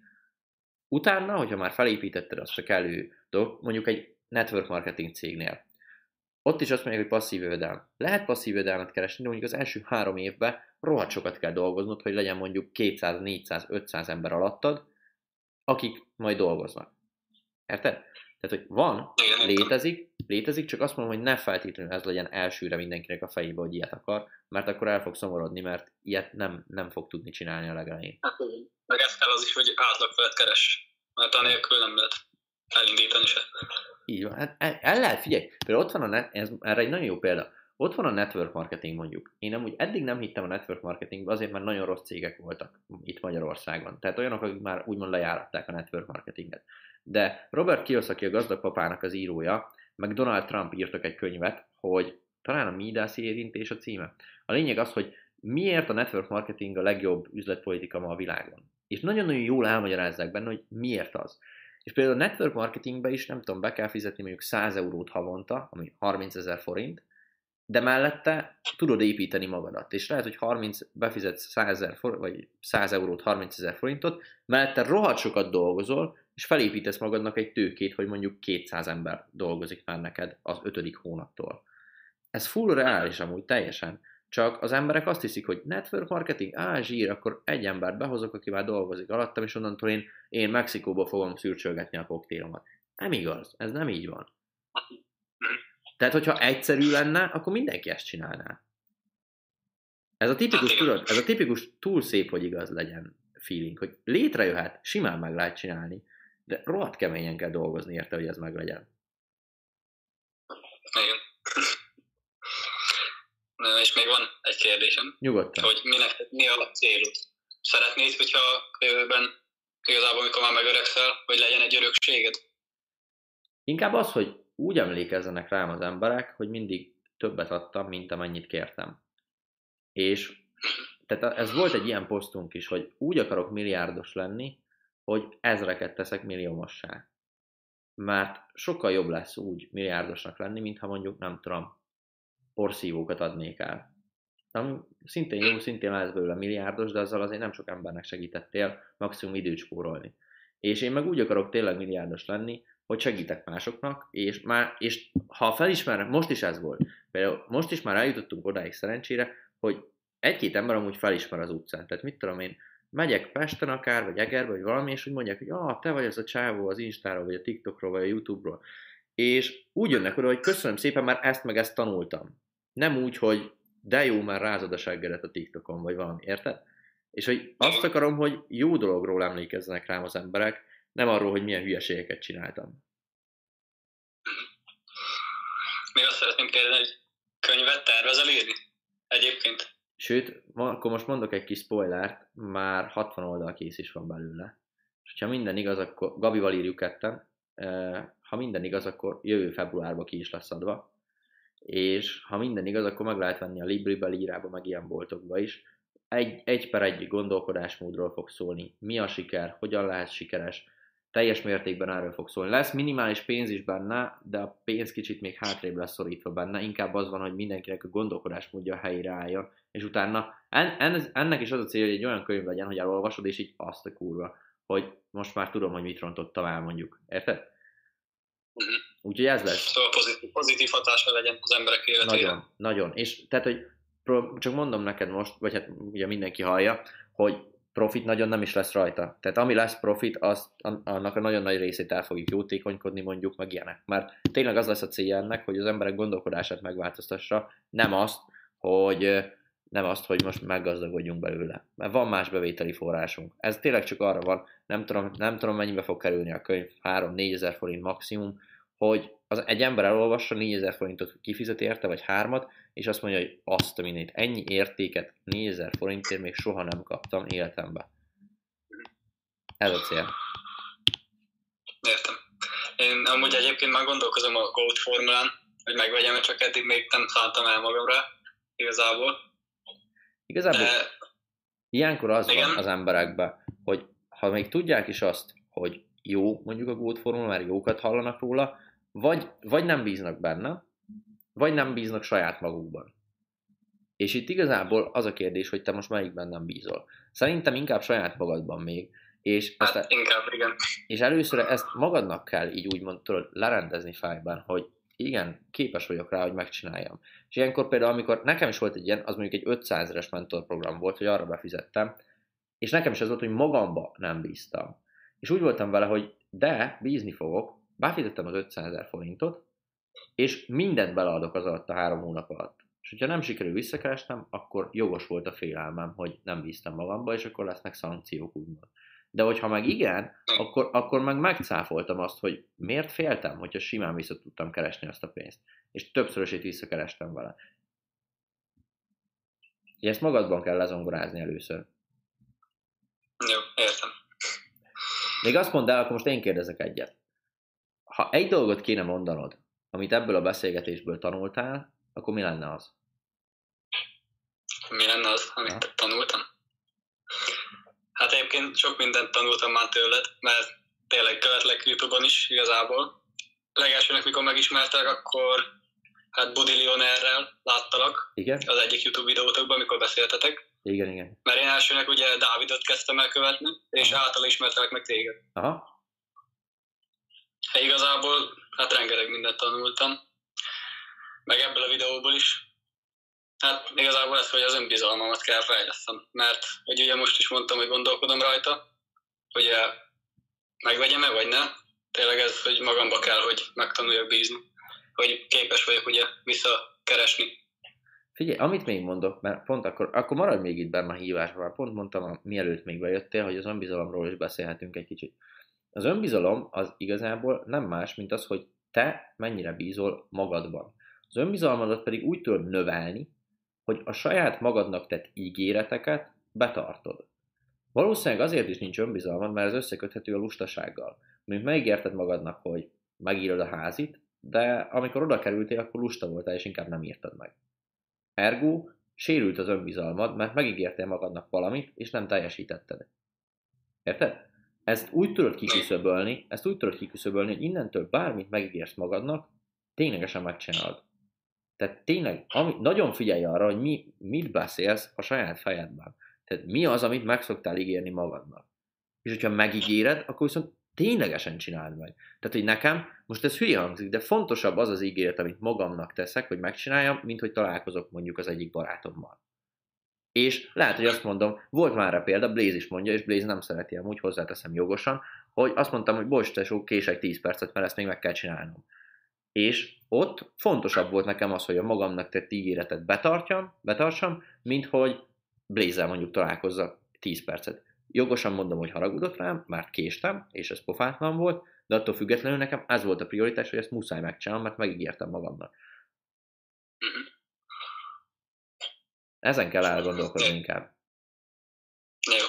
Utána, hogyha már felépítetted azt a kellő dolgot, mondjuk egy network marketing cégnél, ott is azt mondják, hogy passzív jövedelem. Lehet passzív jövedelmet keresni, de mondjuk az első 3 évben rohadt sokat kell dolgoznod, hogy legyen mondjuk 200, 400, 500 ember alattad, akik majd dolgoznak. Érted? Tehát, hogy van, létezik, csak azt mondom, hogy ne feltétlenül ez legyen elsőre mindenkinek a fejébe, hogy ilyet akar, mert akkor el fog szomorodni, mert ilyet nem fog tudni csinálni a legelején. Hát, meg ez kell az is, hogy átlag felett keres, mert anélkül nem lehet elindítani se. Így van, hát el lehet, figyelj, például ott van erre egy nagyon jó példa, ott van a network marketing mondjuk. Én amúgy eddig nem hittem a network marketingbe, azért mert nagyon rossz cégek voltak itt Magyarországon. Tehát olyanok, akik már úgymond lejáratták a network marketinget. De Robert Kiyosaki, a Gazdag papának az írója, meg Donald Trump írtak egy könyvet, hogy talán a Midas érintés a címe. A lényeg az, hogy miért a network marketing a legjobb üzletpolitika ma a világon. És nagyon-nagyon jól elmagyarázzák benne, hogy miért az. És például a network marketingbe is, nem tudom, be kell fizetni mondjuk 100 eurót havonta, ami 30 000 forint, de mellette tudod építeni magadat, és lehet, hogy befizetsz 100 000 vagy 100 eurót, 30 000 forintot, mellette rohadt sokat dolgozol, és felépítesz magadnak egy tőkét, hogy mondjuk 200 ember dolgozik már neked az 5. hónaptól. Ez full reális amúgy, teljesen. Csak az emberek azt hiszik, hogy network marketing, zsír, akkor egy embert behozok, aki már dolgozik alattam, és onnantól én Mexikóba fogom szürcsölgetni a koktélomat. Nem igaz, ez nem így van. Tehát, hogyha egyszerű lenne, akkor mindenki ezt csinálná. Ez a tipikus túl szép, hogy igaz legyen feeling, hogy létrejöhet, simán meg lehet csinálni, de rohadt keményen kell dolgozni érte, hogy ez meg legyen. Igen. És még van egy kérdésem. Nyugodtan. Hogy mi a célod? Szeretnéd, hogyha jövőben, igazából amikor már megöregszel, hogy legyen egy örökséged? Inkább az, hogy úgy emlékezzenek rám az emberek, hogy mindig többet adtam, mint amennyit kértem. És tehát ez volt egy ilyen posztunk is, hogy úgy akarok milliárdos lenni, hogy ezreket teszek milliómossá. Mert sokkal jobb lesz úgy milliárdosnak lenni, mintha mondjuk, nem tudom, porszívókat adnék el. Ami szintén jó, szintén lesz belőle milliárdos, de azzal azért nem sok embernek segítettél maximum időt spórolni. És én meg úgy akarok tényleg milliárdos lenni, hogy segítek másoknak, és ha felismerem, most is ez volt, például most is már eljutottunk odáig szerencsére, hogy egy-két ember amúgy felismer az utcán. Tehát mit tudom én, megyek Pesten akár, vagy Egerbe, vagy valami, és úgy mondják, hogy te vagy az a csávó az Instáról, vagy a TikTokról, vagy a YouTube-ról. És úgy jönnek oda, hogy köszönöm szépen, már ezt meg ezt tanultam. Nem úgy, hogy de jó, már rázod a seggedet a TikTokon, vagy valami, érted? És hogy azt akarom, hogy jó dologról emlékezzenek rám az emberek, nem arról, hogy milyen hülyeségeket csináltam. Még azt szeretném kérdezni, hogy könyvet tervezel írni? Egyébként? Sőt, akkor most mondok egy kis spoilert, már 60 oldal kész is van belőle. És ha minden igaz, akkor Gabival írjuk ketten, ha minden igaz, akkor jövő februárban ki is lesz adva. És ha minden igaz, akkor meg lehet venni a Libri-be, Lírába, meg ilyen boltokba is. Egy per egy gondolkodásmódról fog szólni. Mi a siker, hogyan lehet sikeres, teljes mértékben erről fog szólni. Lesz minimális pénz is benne, de a pénz kicsit még hátrébb lesz szorítva benne. Inkább az van, hogy mindenkinek a gondolkodásmódja a helyére álljon. És utána ennek is az a célja, hogy egy olyan könyv legyen, hogy elolvasod, és így azt a kurva, hogy most már tudom, hogy mit rontottam el, mondjuk. Érted? Úgyhogy ez lesz. Szóval pozitív hatása legyen az emberek életére. Nagyon, nagyon. És tehát, hogy csak mondom neked most, vagy hát ugye mindenki hallja, hogy profit nagyon nem is lesz rajta. Tehát ami lesz profit, annak a nagyon nagy részét el fogjuk jótékonykodni, mondjuk, meg ilyenek. Mert tényleg az lesz a célja ennek, hogy az emberek gondolkodását megváltoztassa, nem azt, hogy most meggazdagodjunk belőle. Mert van más bevételi forrásunk. Ez tényleg csak arra van, nem tudom mennyibe fog kerülni a könyv, 3-4 ezer forint maximum, hogy egy ember elolvassa, 4000 forintot kifizet érte, vagy 3-at, és azt mondja, hogy azt a minét, ennyi értéket 4000 forintért még soha nem kaptam életemben. Ez a cél. Értem. Én amúgy egyébként már gondolkozom a GOAT formulán, hogy megvegyem, mert csak eddig még nem szálltam el magamra, igazából. Igazából ilyenkor az van az emberekben, hogy ha még tudják is azt, hogy jó mondjuk a GOAT formula, mert jókat hallanak róla, vagy nem bíznak benne, vagy nem bíznak saját magukban. És itt igazából az a kérdés, hogy te most melyikben nem bízol. Szerintem inkább saját magadban még. És inkább, igen. És először ezt magadnak kell így úgymond tudod lerendezni fejben, hogy igen, képes vagyok rá, hogy megcsináljam. És ilyenkor például, amikor nekem is volt egy ilyen, az mondjuk egy 500 000-es mentorprogram volt, hogy arra befizettem, és nekem is az volt, hogy magamba nem bíztam. És úgy voltam vele, hogy de, bízni fogok, befizettem az 500 000 forintot, és mindent beleadok az alatt a 3 hónap alatt. És hogyha nem sikerül visszakeresnem, akkor jogos volt a félelmem, hogy nem bíztam magamba, és akkor lesznek szankciók, úgymond. De hogyha meg igen, akkor meg megcáfoltam azt, hogy miért féltem, hogyha simán vissza tudtam keresni azt a pénzt. És többszörösét visszakerestem vele. És ezt magadban kell lezongorázni először. Jó, értem. Még azt mondd el, akkor most én kérdezek egyet. Ha egy dolgot kéne mondanod, amit ebből a beszélgetésből tanultál, akkor mi lenne az? Mi lenne az, amit tanultam? Hát egyébként sok mindent tanultam már tőled, mert tényleg követlek YouTube-on is igazából. Legelsőnek, mikor megismertek, akkor hát Budillionaire-rel láttalak. Igen? Az egyik YouTube videótokban, amikor beszéltetek. Igen. Mert én elsőnek ugye Dávidot kezdtem el követni, és által ismertelek meg téged. Aha. Hát igazából hát rengeteg mindent tanultam. Meg ebből a videóból is. Hát igazából ez, hogy az önbizalmamat kell fejlesztem. Mert hogy ugye most is mondtam, hogy gondolkodom rajta, hogy megvegyem-e, vagy ne. Tényleg ez, hogy magamba kell, hogy megtanuljak bízni. Hogy képes vagyok ugye visszakeresni. Figyelj, amit még mondok, mert pont akkor maradj még itt benne a hívásban, pont mondtam, mielőtt még bejöttél, hogy az önbizalomról is beszélhetünk egy kicsit. Az önbizalom az igazából nem más, mint az, hogy te mennyire bízol magadban. Az önbizalmadat pedig úgy tudod növelni, hogy a saját magadnak tett ígéreteket betartod. Valószínűleg azért is nincs önbizalmad, mert ez összeköthető a lustasággal. Mint megígérted magadnak, hogy megírod a házit, de amikor oda kerültél, akkor lusta voltál, és inkább nem írtad meg. Ergo, sérült az önbizalmad, mert megígértél magadnak valamit, és nem teljesítetted. Érted? Ezt úgy tudod kiküszöbölni, hogy innentől bármit megígérsz magadnak, ténylegesen megcsinálod. Tehát tényleg, nagyon figyelj arra, hogy mit beszélsz a saját fejedben. Tehát mi az, amit meg szoktál ígérni magadnak. És hogyha megígéred, akkor viszont ténylegesen csináld meg. Tehát, hogy nekem, most ez hülye hangzik, de fontosabb az az ígéret, amit magamnak teszek, hogy megcsináljam, mint hogy találkozok mondjuk az egyik barátommal. És lehet, hogy azt mondom, volt már a példa, Blaze is mondja, és Blaze nem szereti amúgy, hozzáteszem jogosan, hogy azt mondtam, hogy bocs, tesó, kések 10 percet, mert ezt még meg kell csinálnom. És ott fontosabb volt nekem az, hogy a magamnak tett ígéretet betartsam, mint hogy Blaze-zel mondjuk találkozzak 10 percet. Jogosan mondom, hogy haragudott rám, mert késtem, és ez pofátlan volt, de attól függetlenül nekem ez volt a prioritás, hogy ezt muszáj megcsinálnom, mert megígértem magamnak. Ezen kell elgondolkodni inkább. Jó.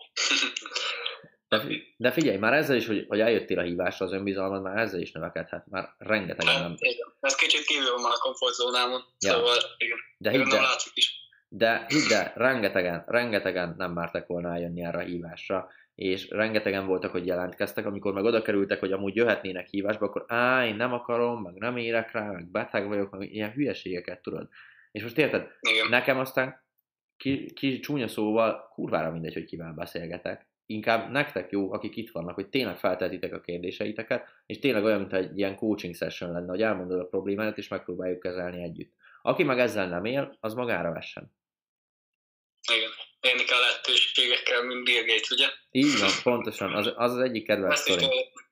De figyelj, már ezzel is, hogy eljöttél a hívásra, az önbizalmad már ezzel is növekedhet, már rengetegen nem. Ez kicsit kívül van a komfortzónámon, ja. Szóval igen. De hidd el, rengetegen nem mertek volna eljönni erre a hívásra, és rengetegen voltak, hogy jelentkeztek, amikor meg oda kerültek, hogy amúgy jöhetnének hívásba, akkor én nem akarom, meg nem érek rá, meg beteg vagyok, meg ilyen hülyeségeket, tudod. És most érted, igen. Nekem aztán ki csúnya szóval kurvára mindegy, hogy kivel beszélgetek. Inkább nektek jó, akik itt vannak, hogy tényleg feltehetitek a kérdéseiteket, és tényleg olyan, mint egy ilyen coaching session lenne, hogy elmondod a problémát, és megpróbáljuk kezelni együtt. Aki meg ezzel nem él, az magára vessen. Igen. Élni kell lehetőségekkel, mint Bill Gates, ugye? Így van, pontosan. Az egyik kedvenc sztorim.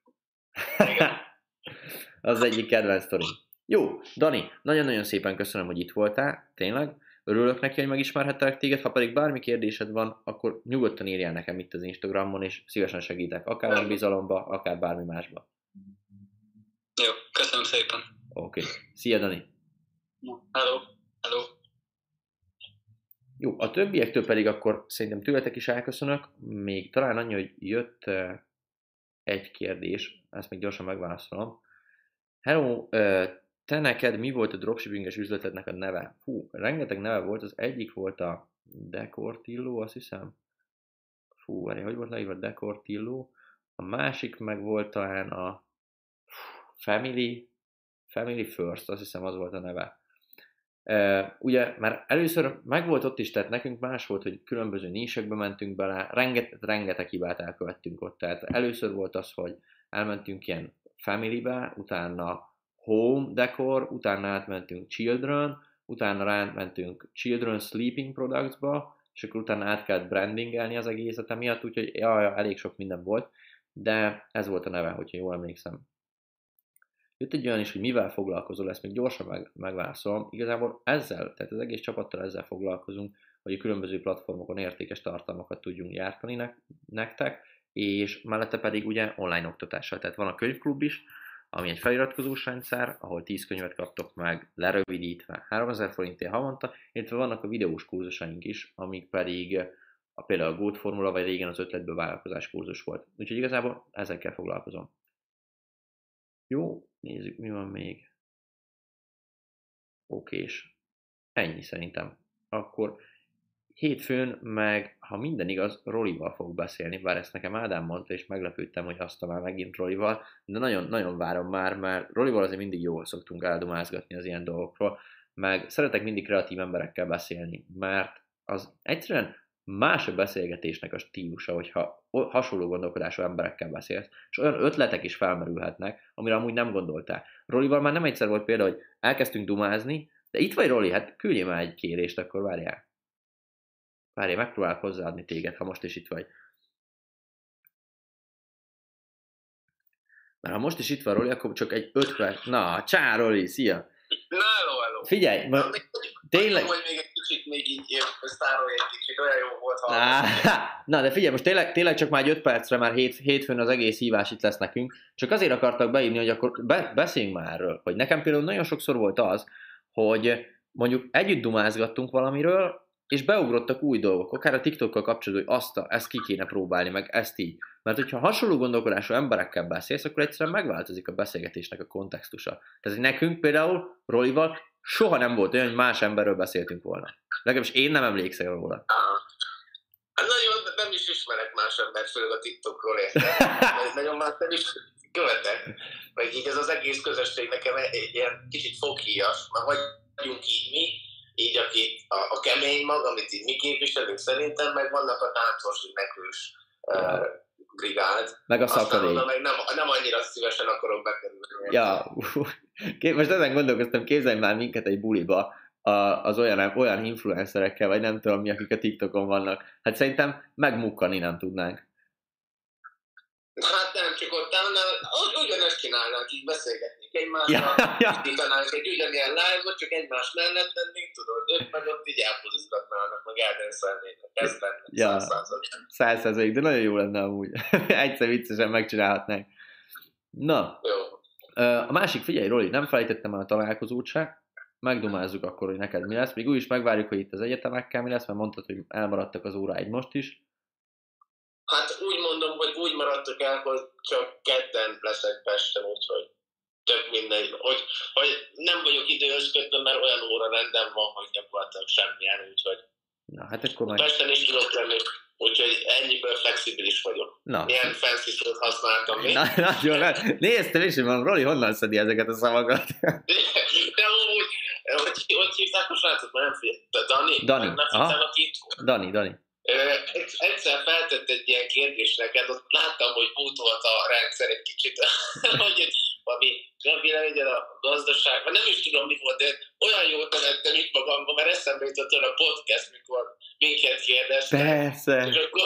Az egyik kedvenc sztorim. Jó, Dani, nagyon-nagyon szépen köszönöm, hogy itt voltál, tényleg. Örülök neki, hogy megismerhettelek téged, ha pedig bármi kérdésed van, akkor nyugodtan írjál nekem itt az Instagramon, és szívesen segítek, akár a bizalomba, akár bármi másba. Jó, köszönöm szépen. Oké. Szia, Dani. Hello. Jó, a többiektől pedig akkor szerintem tőletek is elköszönök. Még talán annyi, hogy jött egy kérdés, ezt még gyorsan megválaszolom. Hello, te neked mi volt a dropshippinges üzletednek a neve? Rengeteg neve volt, az egyik volt a Decortillo, azt hiszem. Várj, hogy volt leírva Decortillo? A másik meg volt talán a Family First, azt hiszem az volt a neve. Ugye, mert először megvolt ott is, tehát nekünk más volt, hogy különböző nísekbe mentünk bele, rengeteg hibát elkövettünk ott. Tehát először volt az, hogy elmentünk ilyen familybe, utána home decor, utána átmentünk children, utána átmentünk children sleeping productsba, és akkor utána át kellett brandingelni az egészet emiatt, úgyhogy elég sok minden volt, de ez volt a neve, hogyha jól emlékszem. Jött egy olyan is, hogy mivel foglalkozol, ezt még gyorsan megválaszolom. Igazából ezzel, tehát az egész csapattal ezzel foglalkozunk, hogy a különböző platformokon értékes tartalmakat tudjunk gyártani nektek, és mellette pedig ugye online oktatással. Tehát van a könyvklub is, ami egy feliratkozós rendszer, ahol 10 könyvet kaptok meg lerövidítve 3000 forintért havonta, illetve vannak a videós kurzusaink is, amik pedig például a Gót formula, vagy régen az ötletből vállalkozás kurzus volt. Úgyhogy igazából ezekkel foglalkozom. Jó, nézzük, mi van még. Okés. Ennyi szerintem. Akkor hétfőn meg, ha minden igaz, Rolival fog beszélni, bár ezt nekem Ádám mondta, és meglepődtem, hogy azt már megint Rolival, de nagyon, nagyon várom már, mert Rolival azért mindig jól szoktunk eldomázgatni az ilyen dolgokról, meg szeretek mindig kreatív emberekkel beszélni, mert az egyszerűen más a beszélgetésnek a stílusa, hogyha hasonló gondolkodású emberekkel beszélsz, és olyan ötletek is felmerülhetnek, amire amúgy nem gondoltál. Rolival már nem egyszer volt példa, hogy elkezdtünk dumázni, de itt vagy Roli, hát küldjél már egy kérést, akkor várjál. Várjál, megpróbálok hozzáadni téged, ha most is itt vagy. Mert ha most is itt van Roli, akkor csak egy 5 perc. Na, csá Roli, szia! Na, hello. Figyelj, tényleg... Hogy még egy kicsit még így sztárolj egy kicsit, olyan jó volt hallani. Na, de figyelj, most tényleg csak már 5 percre, már hétfőn az egész hívás itt lesz nekünk. Csak azért akartak beírni, hogy akkor beszéljünk már erről. Hogy nekem például nagyon sokszor volt az, hogy mondjuk együtt dumázgattunk valamiről, és beugrottak új dolgok, akár a TikTokkal kapcsolatban, hogy ezt ki kéne próbálni, meg ezt így. Mert hogyha hasonló gondolkodású emberekkel beszélsz, akkor egyszerűen megváltozik a beszélgetésnek a kontextusa. Tehát nekünk például Rolival soha nem volt olyan, hogy más emberről beszéltünk volna. Legalábbis én nem emlékszem róla. Hát nagyon nem is ismerek más embert, főleg a TikTokról értem. Nagyon más nem is követek. Meg így ez az egész közösség nekem egy ilyen kicsit foghíjas, mert vagyunk így mi, így aki a kemény mag, amit így mi képviselünk szerintem, meg vannak a táncos, nekős brigád. Meg a szakadék. Meg nem annyira szívesen akarok bekerülni. Ja, most ezen gondolkoztam, képzelj már minket egy buliba, az olyan influencerekkel, vagy nem tudom mi, akik a TikTokon vannak. Hát szerintem megmukkani nem tudnánk. Hát nem, csak ott ugyanezt csinálnánk, így beszélgetnénk egymással, indítanánk egy ugyanilyen live-ot, csak egymás mellett lennénk, tudod, ők meg ott így elpozizgatnának, meg eldenszelnének, ez lenne 100%, de nagyon jó lenne amúgy. Egyszer viccesen megcsinálhatnánk. Na, jó. A másik, figyelj Roli, nem felejtettem el a találkozót se, megdumázzuk akkor, hogy neked mi lesz, még úgy is megvárjuk, hogy itt az egyetemekkel mi lesz, mert mondtad, hogy elmaradtak az óráid most is. Hát úgy mondom, hogy úgy maradtok el, hogy csak kedden leszek Pesten, úgyhogy tök mindegy. Hogy nem vagyok időhözködve, mert olyan órarendem van, hogy gyakorlatilag semmilyen, úgyhogy na, hát akkor meg... Pesten is tudok lenni, úgyhogy ennyiből flexibilis vagyok. Na. Milyen fancy szót használtam még. Nagyon, néztem is, hogy mondom, Roli honnan szedi ezeket a szavakat? De úgy, hogy hívták a srácot, mert nem figyelj. Dani. Dani. Egyszer feltett egy ilyen kérdést neked, ott láttam, hogy bútolt a rendszer egy kicsit, hogy valami nem véleményed a gazdaság, nem is tudom mi volt, de olyan jól temettem itt magamban, mert eszembe jutott a podcast, mikor minket kérdeztek. Persze.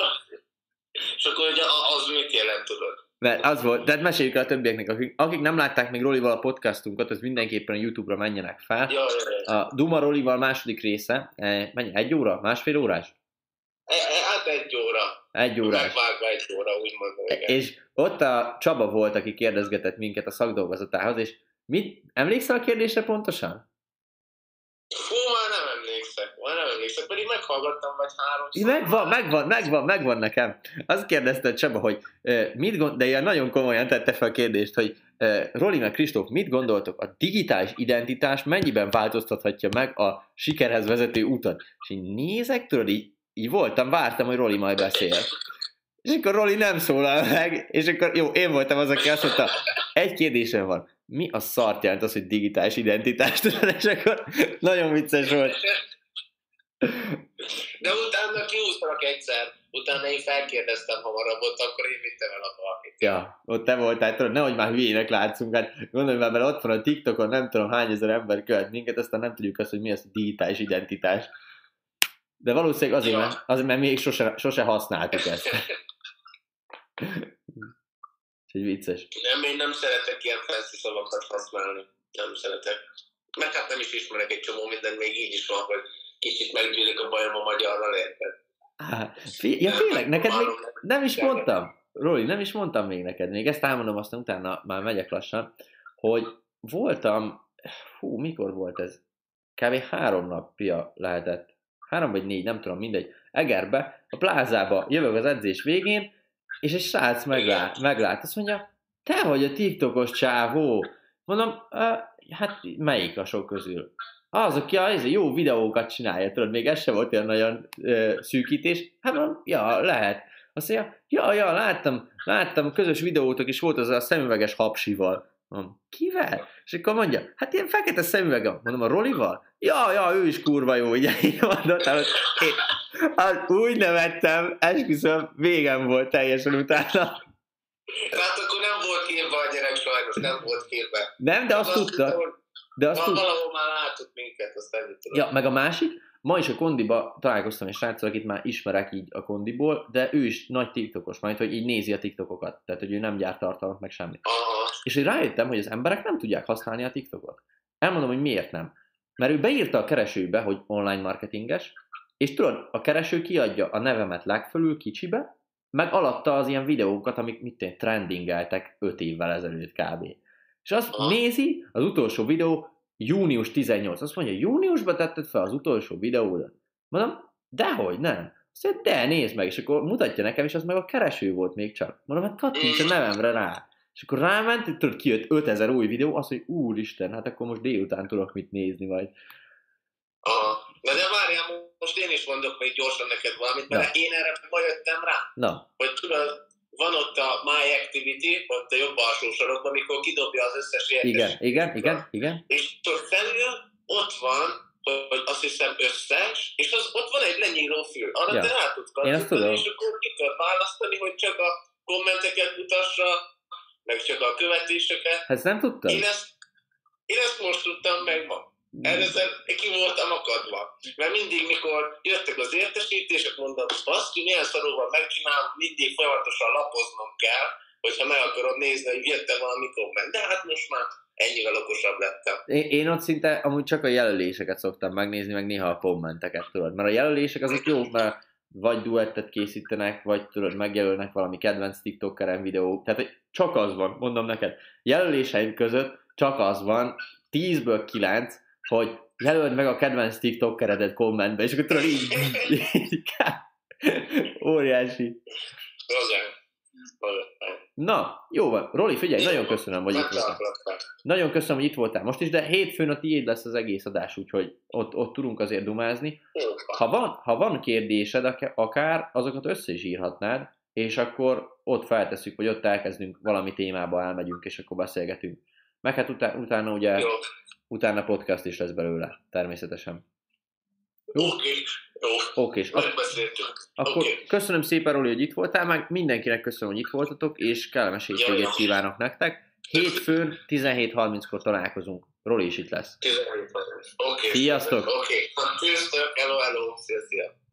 És akkor hogy az mit jelent, tudod? Mert az volt, de meséljük el a többieknek, akik nem látták még Rolival a podcastunkat, az mindenképpen a YouTube-ra menjenek fel. A Duma Rolival második része, mennyi, 1 óra, másfél órás? Hát 1 óra. 1 órás. Megvágva 1 óra, úgy mondom. Igen. És ott a Csaba volt, aki kérdezgetett minket a szakdolgozatához, és emlékszel a kérdésre pontosan? Fú, már nem emlékszek, pedig meghallgattam vagy 3-szor. Megvan nekem. Azt kérdezte Csaba, hogy de ilyen nagyon komolyan tette fel a kérdést, hogy Roli meg Kristóf, mit gondoltok, a digitális identitás mennyiben változtathatja meg a sikerhez vezető utat? És így nézek, tudod, így voltam, vártam, hogy Roli majd beszél. És akkor Roli nem szólal meg, és akkor jó, én voltam az, aki azt mondta, egy kérdésem van, mi a szart jelent az, hogy digitális identitás, és akkor nagyon vicces volt. De utána kiúztak egyszer, utána én felkérdeztem hamarabb, ott akkor én vittem el a valakit. Ja, ott te voltál, tudod, nehogy már hülyének látszunk, hát gondolj már, mert ott van a TikTokon, nem tudom hány ezer ember követ minket, aztán nem tudjuk azt, hogy mi az a digitális identitás. De valószínűleg azért, mert még sose használtuk ezt. Úgyhogy vicces. Én nem szeretek ilyen fancy szavakat használni. Nem szeretek. Meg hát nem is ismerek egy csomó mindent, még így is van, hogy kicsit meggyűlik a bajom a magyarral, érted? Ja, tényleg, neked még nem is mondtam. Roli, nem is mondtam még neked. Még ezt elmondom, aztán utána már megyek lassan, hogy voltam, mikor volt ez? Kb. 3 napja lehetett. 3 vagy 4, nem tudom, mindegy. Egerbe, a plázába jövök az edzés végén, és egy srác meglát, azt mondja, te vagy a TikTokos csávó. Mondom, hát melyik a sok közül? az, aki jó videókat csinálja, tudod, még ez sem volt olyan nagyon szűkítés. Hát mondom, ja, lehet. Azt mondja, ja, láttam, közös videótok is volt az a szemüveges hapsival. Mondom, kivel? És akkor mondja, hát ilyen fekete szemüvegem. Mondom, a Rolival? Ja, ő is kurva jó, ugye így mondott. Hát úgy nevettem, esküszöm, végem volt teljesen utána. Hát akkor nem volt hírva a gyerek, sajnos nem volt hírva. Nem, de azt tudta. Valahol már látott minket, azt nem tudom. Ja, meg a másik, ma is a kondiba találkoztam egy sráccal, akit már ismerek így a kondiból, de ő is nagy TikTokos, majd hogy így nézi a TikTokokat, tehát hogy ő nem gyárt tartalmat, meg semmit. Aha. És hogy rájöttem, hogy az emberek nem tudják használni a TikTokot. Elmondom, hogy miért nem. Mert ő beírta a keresőbe, hogy online marketinges, és tudod, a kereső kiadja a nevemet legfölül kicsibe, meg alatta az ilyen videókat, amik trendingeltek 5 évvel ezelőtt kb. És azt nézi, az utolsó videó június 18. Azt mondja, júniusban tetted fel az utolsó videódat? Mondom, dehogy nem. Azt mondja, de nézd meg, és akkor mutatja nekem, és az meg a kereső volt még csak. Mondom, hát kattints a nevemre rá. És akkor ráment, tudod, kijött 5000 új videó, azt mondja, úristen, hát akkor most délután tudok mit nézni majd. De várjál, most én is mondok még gyorsan neked valamit, mert én erre ma jöttem rá. Na. Hogy tudod, van ott a My Activity, ott a jobb alsó sorokban, amikor kidobja az összes értesítést. Igen. És felül ott van, hogy azt hiszem összes, és ott van egy lenyíró fül. Arra te rá tudsz kattintani, és akkor ki tudod választani, hogy csak a kommenteket mutassa, meg csak a követéseket. Ezt nem tudtad? Én ezt most tudtam meg ma. Ezzel ki voltam akadva. Mert mindig, mikor jöttek az értesítések, mondom, baszki, milyen szarul van megcsinálom, mindig folyamatosan lapoznom kell, hogyha meg akarod nézni, hogy jött-e valami komment. De hát most már ennyivel okosabb lettem. Én ott szinte amúgy csak a jelöléseket szoktam megnézni, meg néha a kommenteket, tudod. Mert a jelölések azok jók, mert vagy duettet készítenek, vagy tudod, megjelölnek valami kedvenc TikTokeren videó. Tehát csak az van, mondom neked, jelöléseim között csak az van, 10-ből 9, hogy jelöld meg a kedvenc TikTokeredet kommentbe, és akkor tudod így óriási. Na, jó van. Roli, figyelj, nagyon köszönöm, hogy itt voltál. Nagyon köszönöm, hogy itt voltál most is, de hétfőn a tiéd lesz az egész adás, úgyhogy ott tudunk azért dumázni. Ha van kérdésed akár, azokat össze is írhatnád, és akkor ott feltesszük, hogy ott elkezdünk valami témába elmegyünk, és akkor beszélgetünk. Meg hát utána ugye... Jó. Utána podcast is lesz belőle, természetesen. Oké. Akkor köszönöm szépen, Roli, hogy itt voltál, meg mindenkinek köszönöm, hogy itt voltatok, és kellemes hétvégét kívánok nektek. Hétfőn 17:30-kor találkozunk. Roli is itt lesz. 17:30. Oké. Sziasztok! Oké. Sziasztok, hello, szia.